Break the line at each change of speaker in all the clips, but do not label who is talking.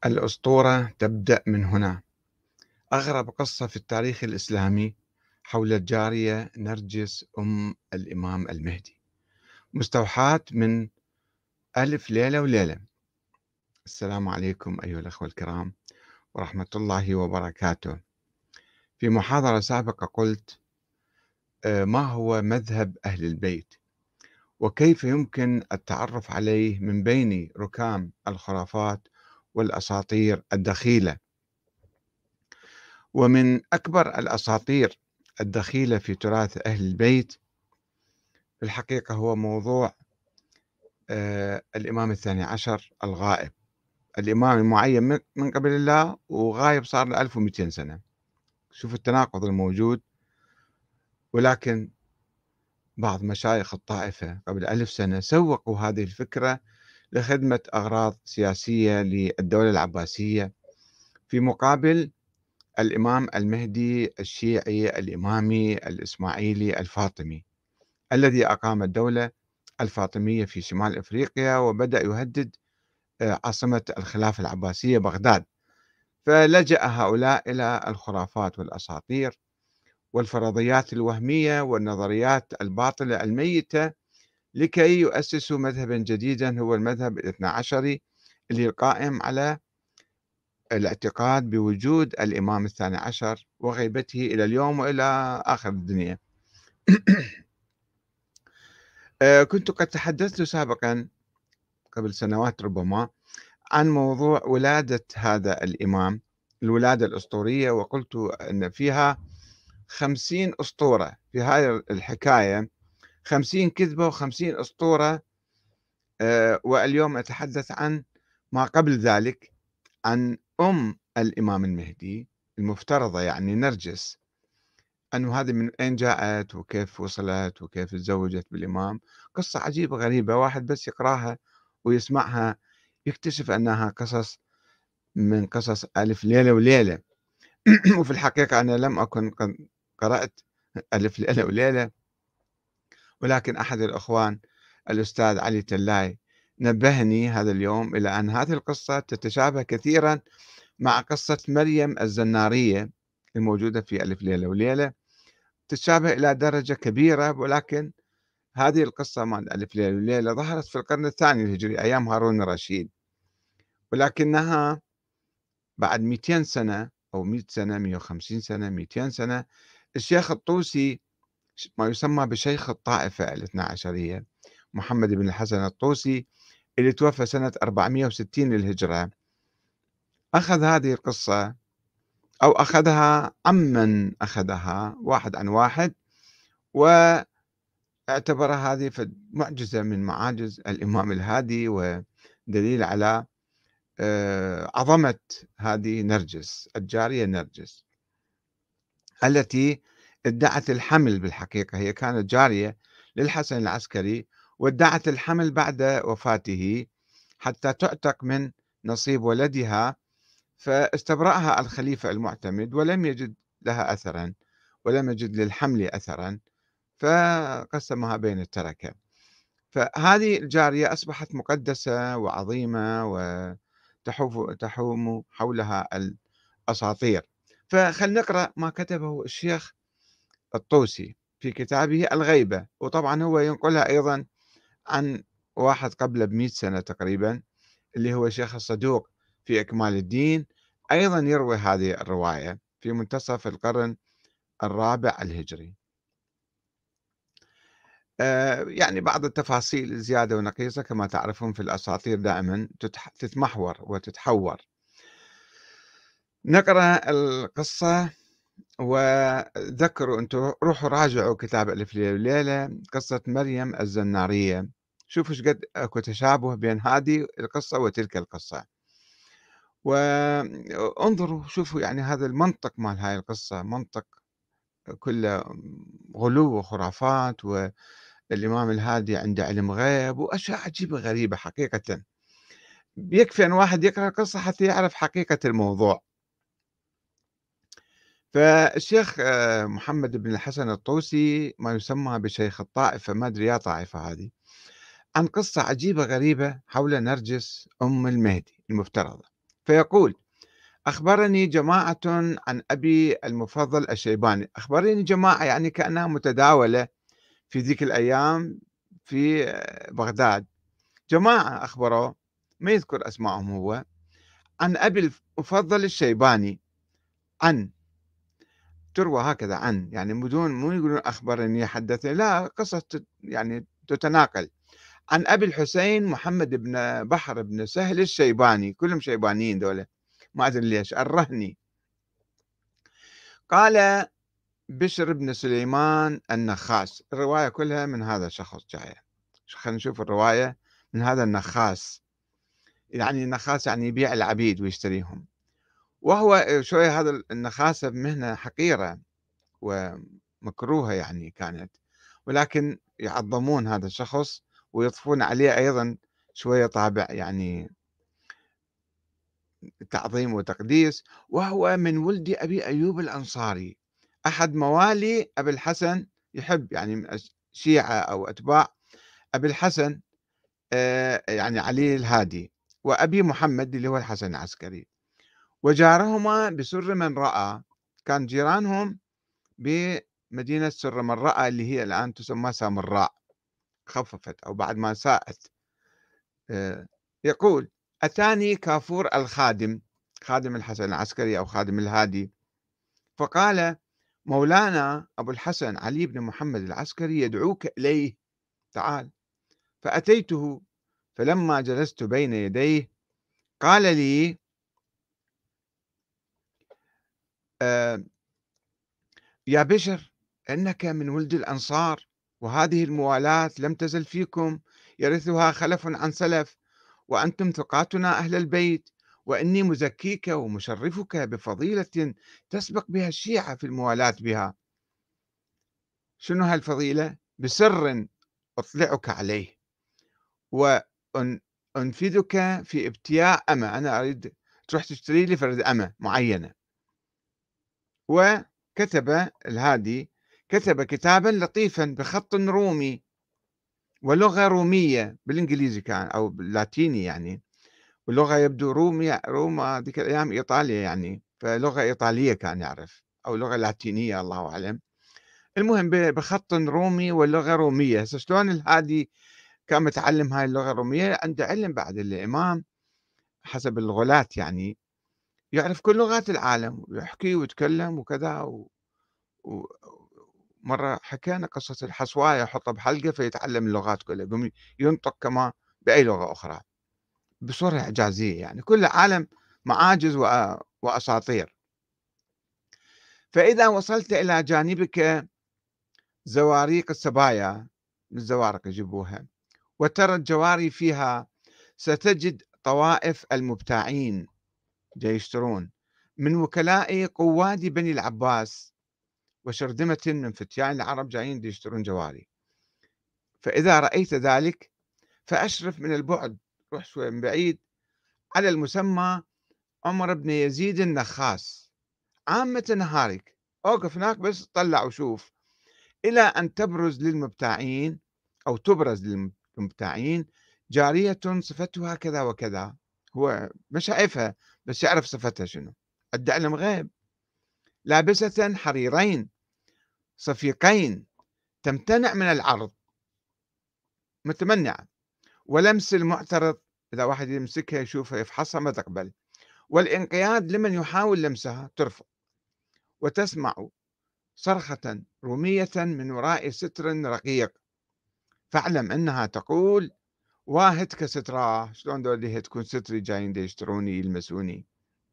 الأسطورة تبدأ من هنا. أغرب قصة في التاريخ الإسلامي حول الجارية نرجس أم الإمام المهدي، مستوحاة من ألف ليلة وليلة. السلام عليكم أيها الأخوة الكرام ورحمة الله وبركاته. في محاضرة سابقة قلت ما هو مذهب أهل البيت وكيف يمكن التعرف عليه من بين ركام الخرافات والأساطير الدخيلة. ومن أكبر الأساطير الدخيلة في تراث أهل البيت في الحقيقة هو موضوع الإمام الثاني عشر الغائب، الإمام المعين من قبل الله وغايب صار له 1200 سنة. شوف التناقض الموجود. ولكن بعض مشايخ الطائفة قبل 1000 سنة سوقوا هذه الفكرة لخدمة أغراض سياسية للدولة العباسية، في مقابل الإمام المهدي الشيعي الإمامي الإسماعيلي الفاطمي الذي أقام الدولة الفاطمية في شمال إفريقيا وبدأ يهدد عاصمة الخلافة العباسية بغداد. فلجأ هؤلاء إلى الخرافات والأساطير والفرضيات الوهمية والنظريات الباطلة الميتة لكي يؤسسوا مذهبا جديدا هو المذهب الاثنى عشري، اللي القائم على الاعتقاد بوجود الإمام الثاني عشر وغيبته إلى اليوم وإلى آخر الدنيا. كنت قد تحدثت سابقا قبل سنوات ربما عن موضوع ولادة هذا الإمام، الولادة الأسطورية، وقلت أن فيها 50 أسطورة في هذه الحكاية، 50 كذبة و50 أسطورة. واليوم أتحدث عن ما قبل ذلك، عن أم الإمام المهدي المفترضة، يعني نرجس، أنه هذه من أين جاءت وكيف وصلت وكيف تزوجت بالإمام. قصة عجيبة غريبة، واحد بس يقراها ويسمعها يكتشف أنها قصص من قصص ألف ليلة وليلة. وفي الحقيقة أنا لم أكن قد قرأت ألف ليلة وليلة، ولكن أحد الأخوان الأستاذ علي تلاي نبهني هذا اليوم إلى أن هذه القصة تتشابه كثيرا مع قصة مريم الزنارية الموجودة في ألف ليلة وليلة، تتشابه إلى درجة كبيرة. ولكن هذه القصة مال ألف ليلة وليلة ظهرت في القرن الثاني الهجري أيام هارون الرشيد، ولكنها بعد 200 سنة أو 100 سنة 150 سنة 200 سنة الشيخ الطوسي، ما يسمى بشيخ الطائفة الاثنا عشرية، محمد بن الحسن الطوسي، اللي توفى سنة 460 للهجرة، أخذ هذه القصة أو أخذها عمن أخذها واحد عن واحد، واعتبرها هذه معجزة من معاجز الإمام الهادي ودليل على عظمة هذه نرجس الجارية نرجس التي ادعت الحمل. بالحقيقة هي كانت جارية للحسن العسكري وادعت الحمل بعد وفاته حتى تعتق من نصيب ولدها، فاستبرأها الخليفة المعتمد ولم يجد لها أثرا ولم يجد للحمل أثرا، فقسمها بين التركة. فهذه الجارية أصبحت مقدسة وعظيمة وتحوم حولها الأساطير. فخلنا نقرأ ما كتبه الشيخ الطوسي في كتابه الغيبة، وطبعا هو ينقلها أيضا عن واحد قبله ب100 سنة تقريبا، اللي هو الشيخ الصدوق في إكمال الدين، أيضا يروي هذه الرواية في منتصف القرن الرابع الهجري. يعني بعض التفاصيل زيادة ونقيصة، كما تعرفون في الأساطير دائما تتمحور وتتحور. نقرأ القصة وذكروا أنتم، روحوا راجعوا كتاب ألف ليلة وليلة، قصة مريم الزنارية، شوفوا ايش قد اكو تشابه بين هذه القصة وتلك القصة، وانظروا شوفوا يعني هذا المنطق مال هاي القصة منطق كله غلو وخرافات، والإمام الهادي عنده علم غيب وأشياء عجيبة غريبة حقيقة. يكفي أن واحد يقرأ القصة حتى يعرف حقيقة الموضوع. فالشيخ محمد بن الحسن الطوسي، ما يسمى بشيخ الطائفة، ما أدري يا طائفة هذه، عن قصة عجيبة غريبة حول نرجس أم المهدي المفترضة. فيقول: أخبرني جماعة عن أبي المفضل الشيباني. أخبرني جماعة يعني كأنها متداولة في ذيك الأيام في بغداد. جماعة أخبروه، ما يذكر أسمائهم هو، عن أبي المفضل الشيباني. عن تروى هكذا، عن يعني بدون مو يقولون أخبرني حدثني، لا، قصة يعني تتناقل. عن أبي الحسين محمد بن بحر بن سهل الشيباني، كلهم شيبانيين دولة، ما أدري ليش، الرهني. قال بشر بن سليمان النخاس. الرواية كلها من هذا الشخص جاية. خلينا نشوف الرواية من هذا النخاس. يعني النخاس يعني يبيع العبيد ويشتريهم، وهو شوية هذا النخاسة مهنة حقيرة ومكروهة يعني كانت، ولكن يعظمون هذا الشخص ويضيفون عليه أيضا شوية طابع يعني تعظيم وتقديس. وهو من ولد أبي أيوب الأنصاري، أحد موالي أبي الحسن، يحب يعني من الشيعة أو أتباع أبي الحسن، يعني علي الهادي، وأبي محمد اللي هو الحسن العسكري. وجارهما بسر من رأى، كان جيرانهم بمدينة سر من رأى اللي هي الآن تسمى سامراء، خففت أو بعد ما ساءت. يقول: أتاني كافور الخادم، خادم الحسن العسكري أو خادم الهادي، فقال: مولانا أبو الحسن علي بن محمد العسكري يدعوك إليه، تعال. فأتيته، فلما جلست بين يديه قال لي: آه يا بشر، إنك من ولد الأنصار، وهذه الموالاة لم تزل فيكم، يرثها خلف عن سلف، وأنتم ثقاتنا أهل البيت، وإني مزكيك ومشرفك بفضيلة تسبق بها الشيعة في الموالاة بها. شنو هالفضيلة؟ بسر أطلعك عليه، وأنفذك في ابتياء أمة، أنا أريد تروح تشتري لي فرد أمة معينة. وكتب الهادي، كتب كتابا لطيفا بخط رومي ولغة رومية، بالإنجليزي كان أو باللاتيني يعني، واللغة يبدو رومية، روما ذيك الأيام إيطاليا يعني، فلغة إيطالية كان يعرف أو لغة لاتينية الله أعلم. المهم بخط رومي واللغة رومية. هسه شلون الهادي كان متعلم هاي اللغة الرومية؟ عنده علم بعد الإمام حسب الغلاة يعني، يعرف كل لغات العالم ويحكي ويتكلم وكذا ومرة حكينا قصة الحصواية، يحطها بحلقة فيتعلم اللغات كلها، يقوم ينطق كما بأي لغة أخرى بصورة إعجازية. يعني كل عالم معاجز وأساطير. فإذا وصلت إلى جانبك زواريق السبايا، من الزوارق يجيبوها، وترى الجواري فيها، ستجد طوائف المبتاعين جاي يشترون من وكلاء قواد بني العباس وشرذمة من فتيان العرب جايين يشترون جواري. فإذا رأيت ذلك فأشرف من البعد، روح شوي من بعيد، على المسمى عمر بن يزيد النخاس عامة نهارك، أوقف هناك بس طلع وشوف، إلى أن تبرز للمبتاعين أو تبرز للمبتاعين جارية صفتها كذا وكذا. هو ما شايفها بس يعرف صفتها شنو، عنده علم غيب. لابسة حريرين صفيقين، تمتنع من العرض، متمنعة، ولمس المعترض، إذا واحد يمسكها يشوفها يفحصها ما تقبل، والانقياد لمن يحاول لمسها ترفض، وتسمع صرخة رومية من وراء ستر رقيق، فاعلم أنها تقول: واهتك ستراه. شلون دول تكون ستري جايين دي يشتروني يلمسوني؟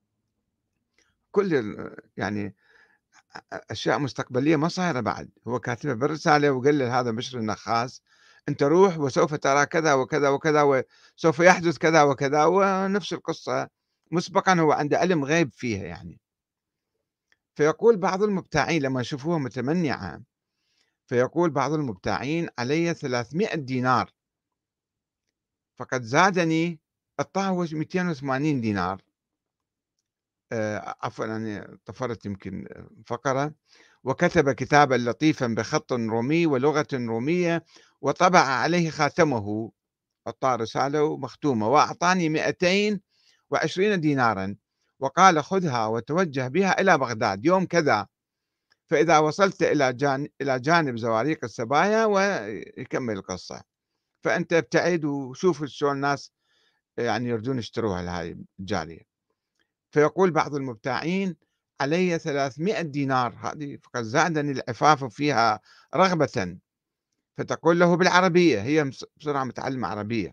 كل يعني أشياء مستقبلية ما صايرة بعد. هو كاتبها بالرسالة وقال له هذا بشر النخاس: أنت روح وسوف ترى كذا وكذا وكذا، وسوف يحدث كذا وكذا، ونفس القصة مسبقا هو عنده علم غيب فيها يعني. فيقول بعض المبتاعين لما يشوفوها متمنعة، فيقول بعض المبتاعين: علي 300 دينار، فقد زادني الطاوش 280 دينار. عفوا أنا طفرت يمكن فقرة. وكتب كتابا لطيفا بخط رومي ولغة رومية، وطبع عليه خاتمه، أعطاه رسالة مختومة، وأعطاني 200 و20 دينارا، وقال خذها وتوجه بها إلى بغداد يوم كذا، فإذا وصلت إلى جانب زواريق السبايا، ويكمل القصة. فأنت ابتعد وشوف شلون الناس يعني يريدون يشتروها لهذه الجارية. فيقول بعض المبتاعين: علي 300 دينار، هذه فقد زادني العفاف فيها رغبة. فتقول له بالعربية، هي بسرعة متعلمة عربية: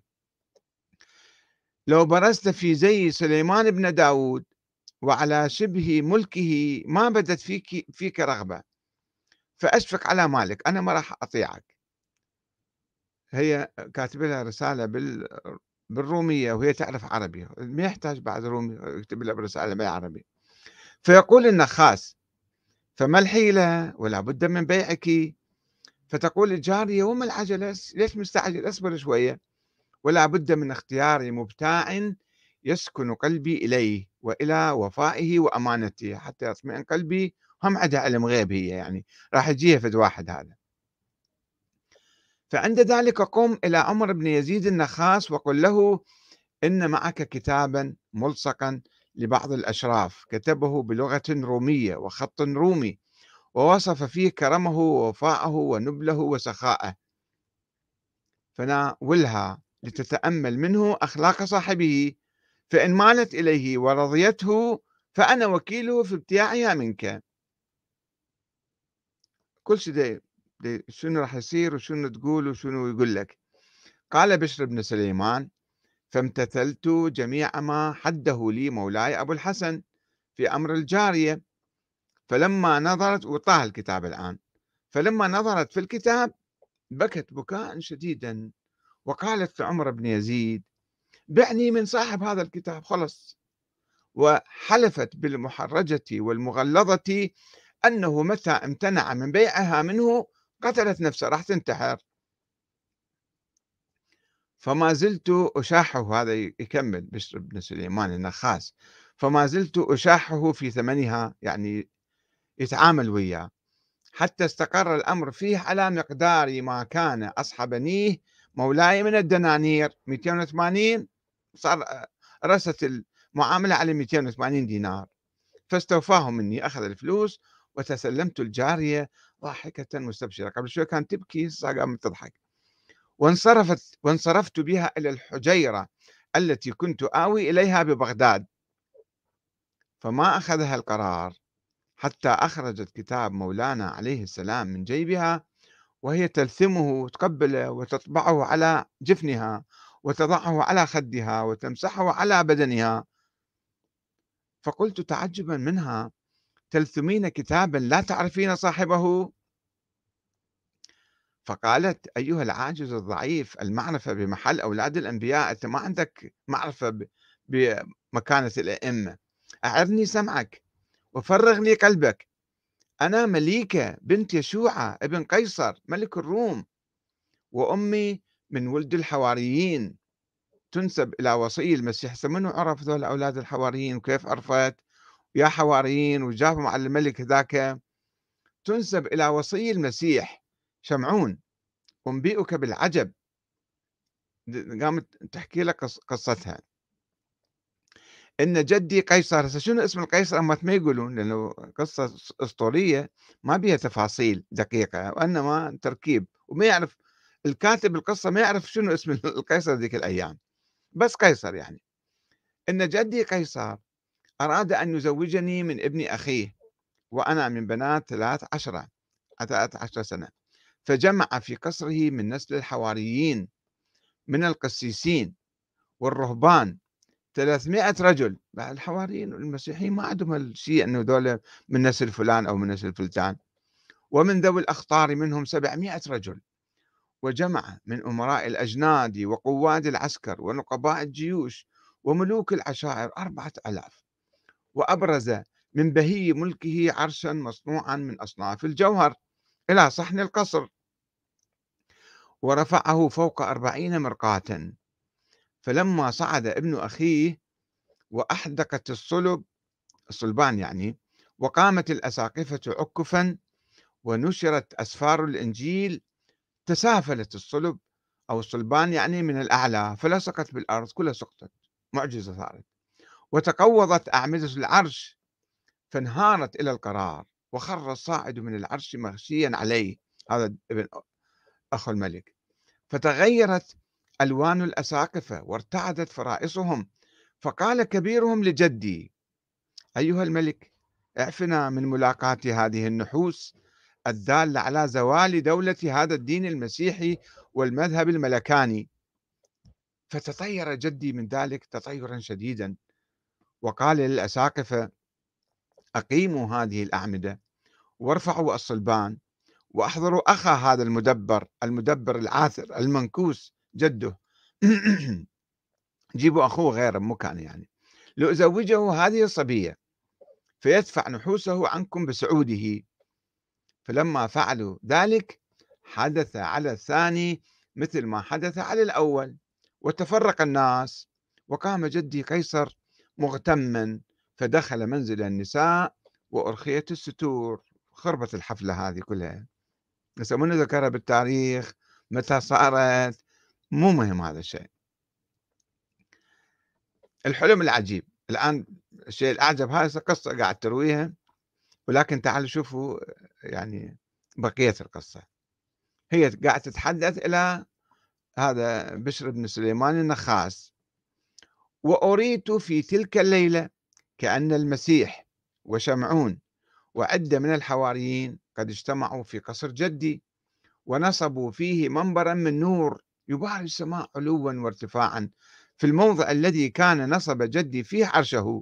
لو برزت في زي سليمان بن داود وعلى شبه ملكه ما بدت فيك رغبة، فأشفق على مالك، أنا ما راح أطيعك. هي كاتبة لها رسالة بالرومية، وهي تعرف عربي، ما يحتاج بعد رومي يكتب لها برسالة بالعربي. فيقول النخاس: فما الحيلة ولا بد من بيعك. فتقول الجارية: وما العجلة، ليش مستعجل، اصبر شوية، ولا بد من اختيار مبتاع يسكن قلبي إليه وإلى وفائه وأمانته، حتى يطمئن قلبي. هم عندها علم غيب هي، يعني راح يجيها فد واحد هذا. فعند ذلك قم إلى عمر بن يزيد النخاس وقل له: إن معك كتابا ملصقا لبعض الأشراف كتبه بلغة رومية وخط رومي، ووصف فيه كرمه ووفاءه ونبله وسخاءه، فناولها لتتأمل منه أخلاق صاحبه، فإن مالت إليه ورضيته فأنا وكيله في ابتياعها منك. كل شيء شنو راح يصير وشنو تقول وشنو يقول لك. قال بشر بن سليمان: فامتثلت جميع ما حده لي مولاي أبو الحسن في أمر الجارية، فلما نظرت، وطاها الكتاب الآن، فلما نظرت في الكتاب بكت بكاء شديدا، وقالت لعمر بن يزيد: بعني من صاحب هذا الكتاب خلص. وحلفت بالمحرجة والمغلظة أنه متى امتنع من بيعها منه قتلت نفسها، راح تنتحر. فما زلت أشاحه، هذا يكمل بشر بن سليمان النخاس: فما زلت أشاحه في ثمنها، يعني يتعامل وياه، حتى استقر الأمر فيه على مقدار ما كان أصحبنيه مولاي من الدنانير 280، صار رست المعاملة على 280 دينار، فاستوفاه مني، أخذ الفلوس وتسلمت الجارية ضاحكة مستبشرة. قبل شوي كانت تبكي، صار قامت تضحك. وانصرفت بها إلى الحجيرة التي كنت آوي إليها ببغداد، فما أخذها القرار حتى أخرجت كتاب مولانا عليه السلام من جيبها، وهي تلثمه وتقبله وتطبعه على جفنها وتضعه على خدها وتمسحه على بدنها. فقلت تعجبا منها: تلثمين كتابا لا تعرفين صاحبه؟ فقالت: أيها العاجز الضعيف، المعرفة بمحل أولاد الأنبياء، أنت ما عندك معرفة بمكانة الأئمة. أعرني سمعك وفرغ لي قلبك. أنا مليكة بنت يشوع ابن قيصر ملك الروم، وأمي من ولد الحواريين، تنسب إلى وصي المسيح. منو عرف ذول أولاد الحواريين وكيف عرفت؟ يا حواريين وجابهم على الملك ذاك. تنسب إلى وصي المسيح شمعون، أنبئك بالعجب. قامت تحكي لك قصتها. إن جدي قيصر، هسه شنو اسم القيصر أما ما يقولون، لأنه قصة أسطورية ما بيها تفاصيل دقيقة، وإنما تركيب، وما يعرف الكاتب القصة، ما يعرف شنو اسم القيصر ذيك الأيام، بس قيصر يعني. إن جدي قيصر أراد أن يزوجني من ابن أخيه، وأنا من بنات 13 سنة، فجمع في قصره من نسل الحواريين من القسيسين والرهبان 300 رجل. الحواريين والمسيحيين ما عندهم الشيء أنه دول من نسل فلان أو من نسل فلان. ومن ذوي الأخطار منهم 700 رجل. وجمع من أمراء الأجناد وقواد العسكر ونقباء الجيوش وملوك العشائر 4000. وأبرز من بهي ملكه عرشا مصنوعا من أصناف الجوهر إلى صحن القصر، ورفعه فوق 40 مرقاة. فلما صعد ابن أخيه وأحدقت الصلبان يعني، وقامت الأساقفة عكفا، ونشرت أسفار الإنجيل، تسافلت الصلب أو الصلبان يعني من الأعلى، فلصقت بالأرض، كلها سقطت، معجزة صارت. وتقوضت أعمدة العرش فانهارت إلى القرار، وخر الصاعد من العرش مغشيا عليه، هذا ابن أخو الملك، فتغيرت ألوان الأساقفة وارتعدت فرائصهم، فقال كبيرهم لجدي: أيها الملك، اعفنا من ملاقاة هذه النحوس الدالة على زوال دولة هذا الدين المسيحي والمذهب الملكاني. فتطير جدي من ذلك تطيرا شديدا، وقال للأساقفة: أقيموا هذه الأعمدة وارفعوا الصلبان، وأحضروا أخا هذا المدبر العاثر المنكوس جده جيبوا أخوه غيره مكان يعني، لأزوجه هذه الصبية فيدفع نحوسه عنكم بسعوده. فلما فعلوا ذلك حدث على الثاني مثل ما حدث على الأول، وتفرق الناس، وقام جدي قيصر مغتما فدخل منزل النساء وأرخيت الستور. خربت الحفلة هذه كلها، بس من ذكرها بالتاريخ متى صارت مو مهم هذا الشيء. الحلم العجيب الآن، الشيء الأعجب هذه قصة قاعد ترويها، ولكن تعالوا شوفوا يعني بقية القصة. هي قاعد تتحدث إلى هذا بشر بن سليمان النخاس: وأريت في تلك الليلة كأن المسيح وشمعون وعدة من الحواريين قد اجتمعوا في قصر جدي، ونصبوا فيه منبرا من نور يباري السماء علوا وارتفاعا في الموضع الذي كان نصب جدي فيه عرشه.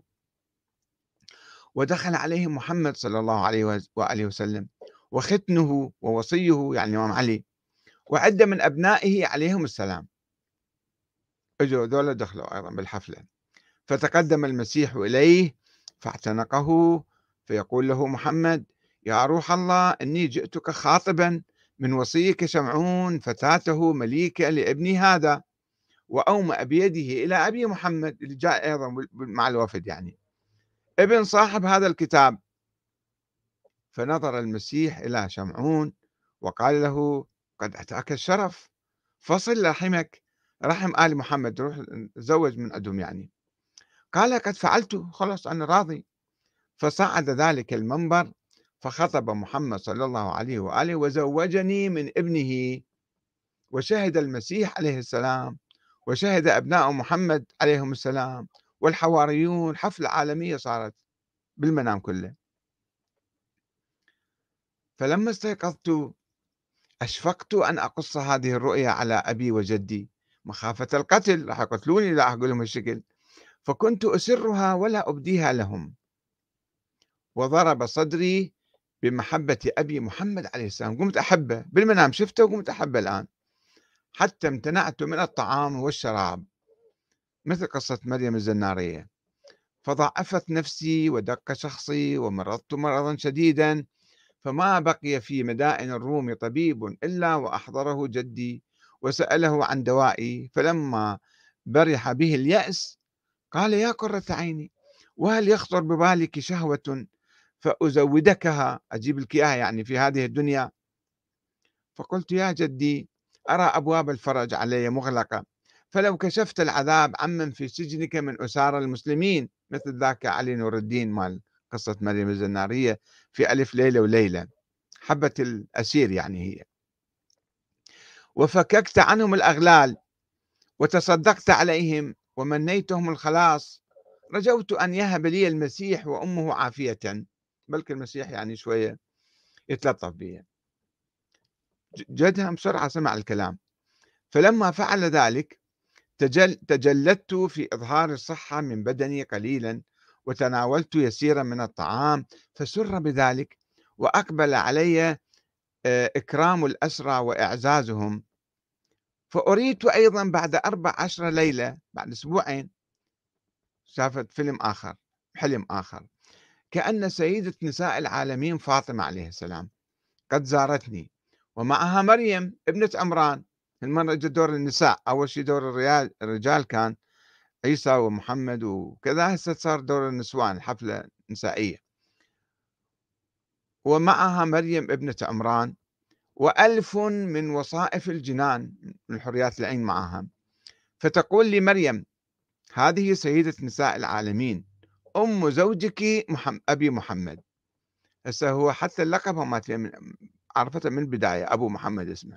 ودخل عليه محمد صلى الله عليه وآله وسلم وختنه ووصيه يعني الإمام علي وعدة من أبنائه عليهم السلام، اجوا ذولا دخلوا أيضا بالحفلة. فتقدم المسيح إليه فاعتنقه، فيقول له محمد: يا روح الله، إني جئتك خاطبا من وصيك شمعون فتاته مليكة لابني هذا. وأومأ بيده إلى أبي محمد اللي جاء أيضا مع الوفد، يعني ابن صاحب هذا الكتاب. فنظر المسيح إلى شمعون وقال له: قد أتاك الشرف، فصل رحمك، رحم آل محمد، روح تزوج من عندهم يعني. قال: قد فعلت، خلاص أنا راضي. فصعد ذلك المنبر فخطب محمد صلى الله عليه وآله وزوجني من ابنه. وشهد المسيح عليه السلام، وشهد أبناء محمد عليهم السلام والحواريون، حفلة عالمية صارت بالمنام كله. فلما استيقظت أشفقت أن أقص هذه الرؤيا على أبي وجدي مخافة القتل، راح يقتلوني لا أقول لهم هالشكل، فكنت أسرها ولا أبديها لهم. وضرب صدري بمحبة أبي محمد عليه السلام، قمت أحبه بالمنام، شفته وقمت أحبه الآن، حتى امتنعت من الطعام والشراب، مثل قصة مريم الزنارية. فضعفت نفسي ودق شخصي ومرضت مرضا شديدا، فما بقي في مدائن الروم طبيب إلا وأحضره جدي وسأله عن دوائي. فلما برح به اليأس قال: يا قرة عيني، وهل يخطر ببالك شهوة فأزودكها، أجيب لك إياها يعني في هذه الدنيا؟ فقلت: يا جدي، أرى أبواب الفرج علي مغلقة، فلو كشفت العذاب عمن في سجنك من أسارى المسلمين، مثل ذاك علي نور الدين مال قصة مريم الزنارية في ألف ليلة وليلة، حبة الأسير يعني هي، وفككت عنهم الأغلال وتصدقت عليهم ومنيتهم الخلاص، رجوت أن يهب لي المسيح وأمه عافية، بلكي المسيح يعني شوية يتلطف بها. جدها بسرعة سمع الكلام، فلما فعل ذلك تجلدت في إظهار الصحة من بدني قليلا، وتناولت يسيرا من الطعام، فسر بذلك وأقبل علي إكرام الأسرى وإعزازهم. فأريت أيضا بعد 14 ليلة، بعد أسبوعين، شافت فيلم آخر، حلم آخر، كأن سيدة نساء العالمين فاطمة عليه السلام قد زارتني، ومعها مريم ابنة عمران. المرة اجى دور النساء، أول شيء دور الرجال كان عيسى ومحمد وكذا، هسه صار دور النسوان، حفلة نسائية. ومعها مريم ابنة عمران وألف من وصائف الجنان من حريات العين معها. فتقول لي مريم: هذه سيدة نساء العالمين، أم زوجك أبي محمد. هسه هو حتى اللقب ما عرفته من البداية، أبو محمد اسمه.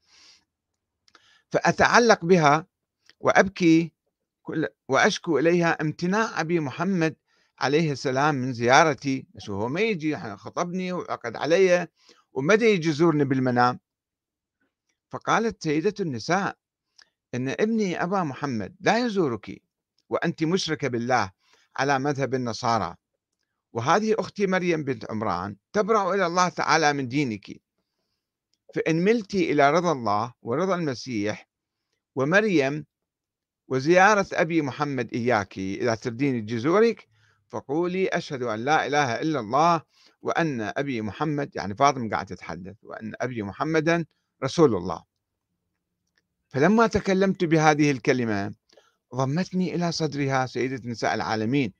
فأتعلق بها وأبكي وأشكو إليها امتناع أبي محمد عليه السلام من زيارتي. بس هو ما يجي، خطبني وعقد علي ومدى يجي يزورني بالمنام. فقالت سيدة النساء إن ابني أبا محمد لا يزورك وأنت مشركة بالله على مذهب النصارى، وهذه أختي مريم بنت عمران تبرأ إلى الله تعالى من دينك، فإن ملت إلى رضا الله ورضا المسيح ومريم وزيارة أبي محمد إياك، إذا تردين جزورك فقولي أشهد أن لا إله إلا الله وأن أبي محمد، يعني فاطمة قاعدة تتحدث، وأن أبي محمدا رسول الله. فلما تكلمت بهذه الكلمة ضمتني إلى صدرها سيدة نساء العالمين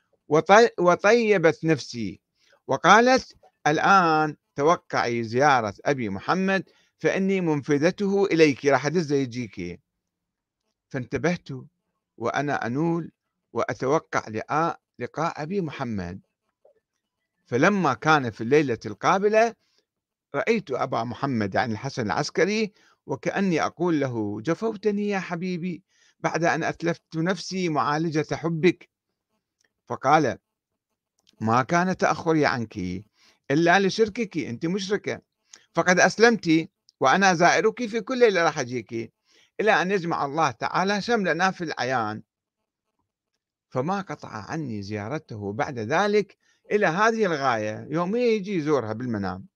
وطيبت نفسي وقالت: الآن توقعي زيارة أبي محمد فإني منفذته إليك، راح أدز يجيك. فانتبهت وأنا أنول وأتوقع لقاء أبي محمد. فلما كان في الليلة القابلة رأيت أبا محمد، يعني الحسن العسكري، وكأني أقول له: جفوتني يا حبيبي بعد أن أتلفت نفسي معالجة حبك. فقال: ما كان تأخري عنك إلا لشركك، أنت مشركة، فقد أسلمت وأنا زائرك في كل ليلة راح أجيك إلى أن يجمع الله تعالى شملنا في العيان. فما قطع عني زيارته بعد ذلك إلى هذه الغاية، يوم يجي يزورها بالمنام.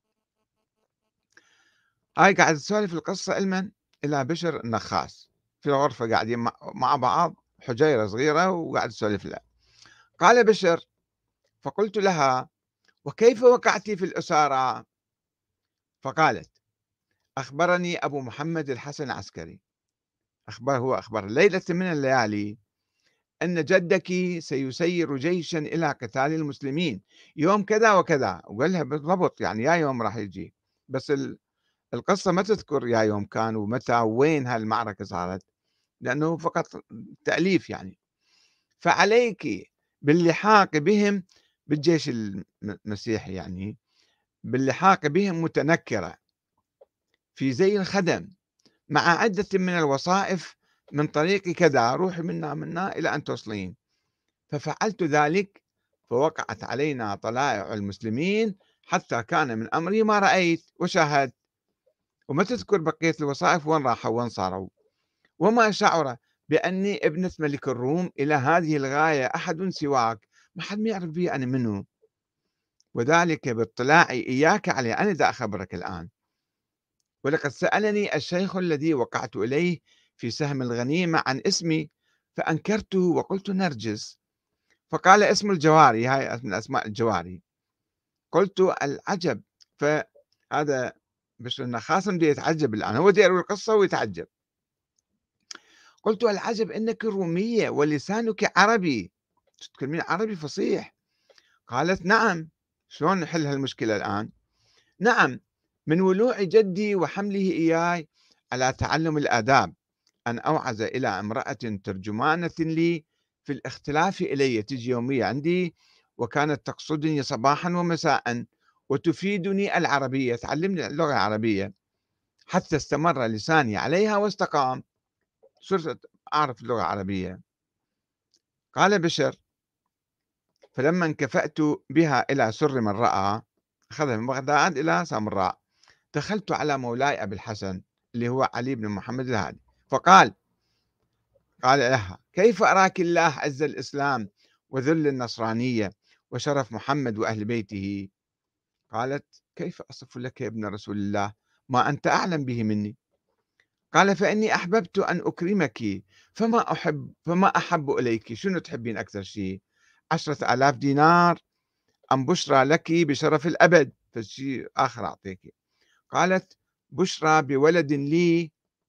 هاي قاعد تسولف القصة إلى بشر النخاس في الغرفة، قاعدين مع بعض، حجيرة صغيرة، وقاعد تسولف لها. قال بشر: فقلت لها: وكيف وقعت في الأسارة؟ فقالت: أخبرني أبو محمد الحسن العسكري، أخبر ليلة من الليالي أن جدك سيسير جيشا إلى قتال المسلمين يوم كذا وكذا، وقال لها بالضبط يعني يا يوم راح يجي، بس القصة ما تذكر يا يوم كان ومتى وين هالمعركة صارت، لأنه فقط تأليف يعني. فعليك باللحاق بهم، بالجيش المسيحي يعني، باللحاق بهم متنكرة في زي الخدم مع عدة من الوصائف من طريق كذا، روحي منا إلى أن توصلين. ففعلت ذلك فوقعت علينا طلائع المسلمين حتى كان من أمري ما رأيت وشاهدت. وما تذكر بقية الوصائف وين راحوا وين صاروا. وما شعر بأني ابنة ملك الروم إلى هذه الغاية أحد سواك، ما حد ما يعرف بي أنا منه، وذلك باطلاعي إياك عليه. أنا دا أخبرك الآن. ولقد سألني الشيخ الذي وقعت إليه في سهم الغنيمة عن اسمي فأنكرته وقلت نرجس، فقال: اسم الجواري، هاي من أسماء الجواري. قلت: العجب. فهذا بشر النخاس بده يتعجب الآن، هو بده يروي القصة ويتعجب. قلت: العجب إنك رومية ولسانك عربي، تتكلمين عربي فصيح. قالت: نعم. شلون نحل هالمشكلة الآن؟ نعم، من ولوع جدي وحمله إياي على تعلم الآداب أن أوعز إلى امرأة ترجمانة لي في الاختلاف إلي، تجي يومية عندي وكانت تقصدني صباحا ومساء وتفيدني العربية، تعلمني اللغة العربية حتى استمر لساني عليها واستقام، صرت أعرف اللغة العربية. قال بشر: فلما انكفأت بها إلى سر من رأى، أخذها من بغداد إلى سامراء، دخلت على مولاي أبي الحسن اللي هو علي بن محمد الهادي، فقال: قال لها: كيف أراك الله عز الإسلام وذل النصرانية وشرف محمد وأهل بيته؟ قالت: كيف أصف لك يا ابن رسول الله ما أنت أعلم به مني؟ قال: فإني أحببت أن أكرمك، فما أحب إليك، شنو تحبين أكثر شيء، 10,000 دينار أم بشرى لك بشرف الأبد، فشي آخر أعطيك؟ قالت: بشرى بولد لي،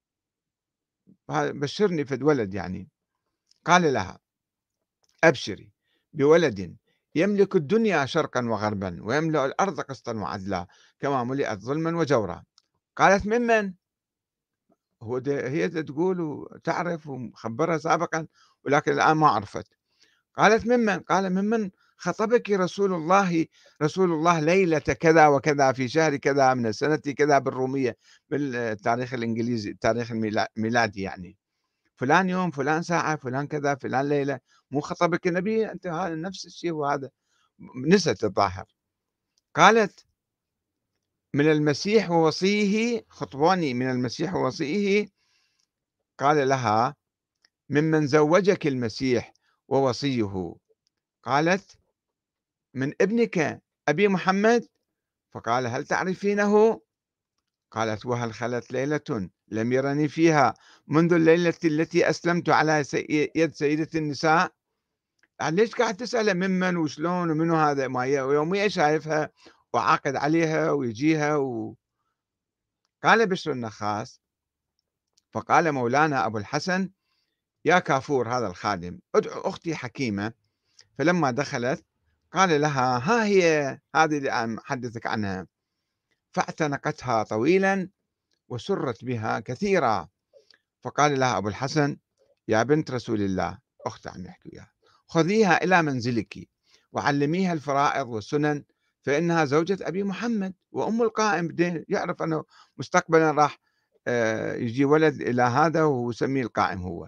بشرني فد ولد يعني. قال لها: أبشري بولد يملك الدنيا شرقا وغربا ويملأ الأرض قسطا وعدلا كما ملئت ظلما وجورا. قالت: ممن؟ هي تقول وتعرف ومخبرها سابقا ولكن الآن ما عرفت. قالت: ممن؟ قال: ممن خطبك رسول الله ليلة كذا وكذا في شهر كذا من السنة كذا بالرومية، بالتاريخ الإنجليزي، التاريخ الميلادي يعني، فلان يوم، فلان ساعة، فلان كذا، فلان ليلة، مو خطبك النبي أنت؟ هذا نفس الشيء، وهذا نسيت الظاهر. قالت: من المسيح ووصيه، خطبوني من المسيح ووصيه. قال لها: ممن زوجك المسيح ووصيه؟ قالت: من ابنك أبي محمد. فقال: هل تعرفينه؟ قالت: وهل خلت ليلة لم يرني فيها منذ الليلة التي أسلمت على يد سيدة النساء؟ يعني ليش قاعد تسأله ممن وشلون ومنو هذا، ما هي يوميا شايفها وعاقد عليها ويجيها قال بشر النخاس: فقال مولانا أبو الحسن: يا كافور هذا الخادم، ادعو أختي حكيمة. فلما دخلت قال لها: ها هي هذه اللي عم أحدثك عنها. فاعتنقتها طويلا وسرت بها كثيرا. فقال لها أبو الحسن: يا بنت رسول الله، أخت عم يحكي وياها، خذيها إلى منزلك وعلميها الفرائض والسنن، فإنها زوجة أبي محمد وأم القائم، بدين يعرف أنه مستقبلا راح يجي ولد إلى هذا ويسميه القائم هو.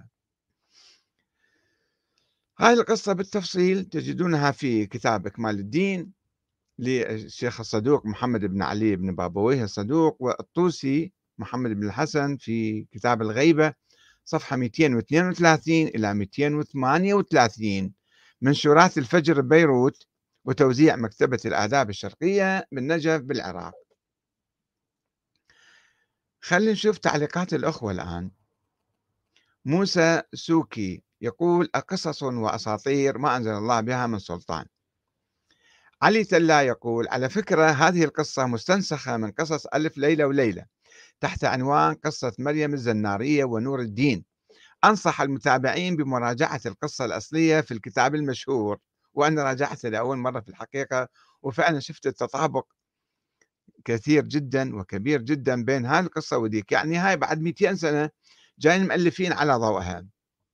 هذه القصة بالتفصيل تجدونها في كتاب إكمال الدين للشيخ الصدوق محمد بن علي بن بابويه الصدوق، والطوسي محمد بن الحسن في كتاب الغيبة صفحة 232 إلى 238، منشورات الفجر ببيروت، وتوزيع مكتبة الآداب الشرقية بالنجف بالعراق. خلينا نشوف تعليقات الأخوة الآن. موسى سوكي يقول: قصص وأساطير ما أنزل الله بها من سلطان. علي تلا يقول: على فكرة هذه القصة مستنسخة من قصص ألف ليلة وليلة تحت عنوان قصة مريم الزنارية ونور الدين. أنصح المتابعين بمراجعة القصة الأصلية في الكتاب المشهور. وأنا راجعتها لأول مرة في الحقيقة، وفعلا شفت التطابق كثير جدا وكبير جدا بين هاي القصة وديك، يعني هاي بعد 200 سنة جايين مؤلفين على ضوءها.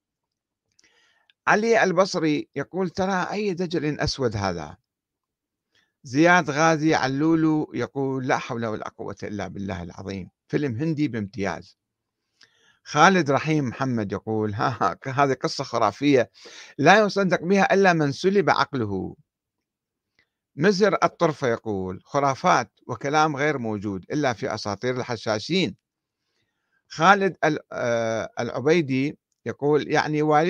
علي البصري يقول: ترى أي دجل أسود هذا. زياد غازي علولو يقول: لا حول ولا قوة إلا بالله العظيم، فيلم هندي بامتياز. خالد رحيم محمد يقول: هذه قصة خرافية لا يصدق بها إلا من سلب عقله. مزر الطرفة يقول: خرافات وكلام غير موجود إلا في أساطير الحشاشين. خالد العبيدي يقول: يعني والد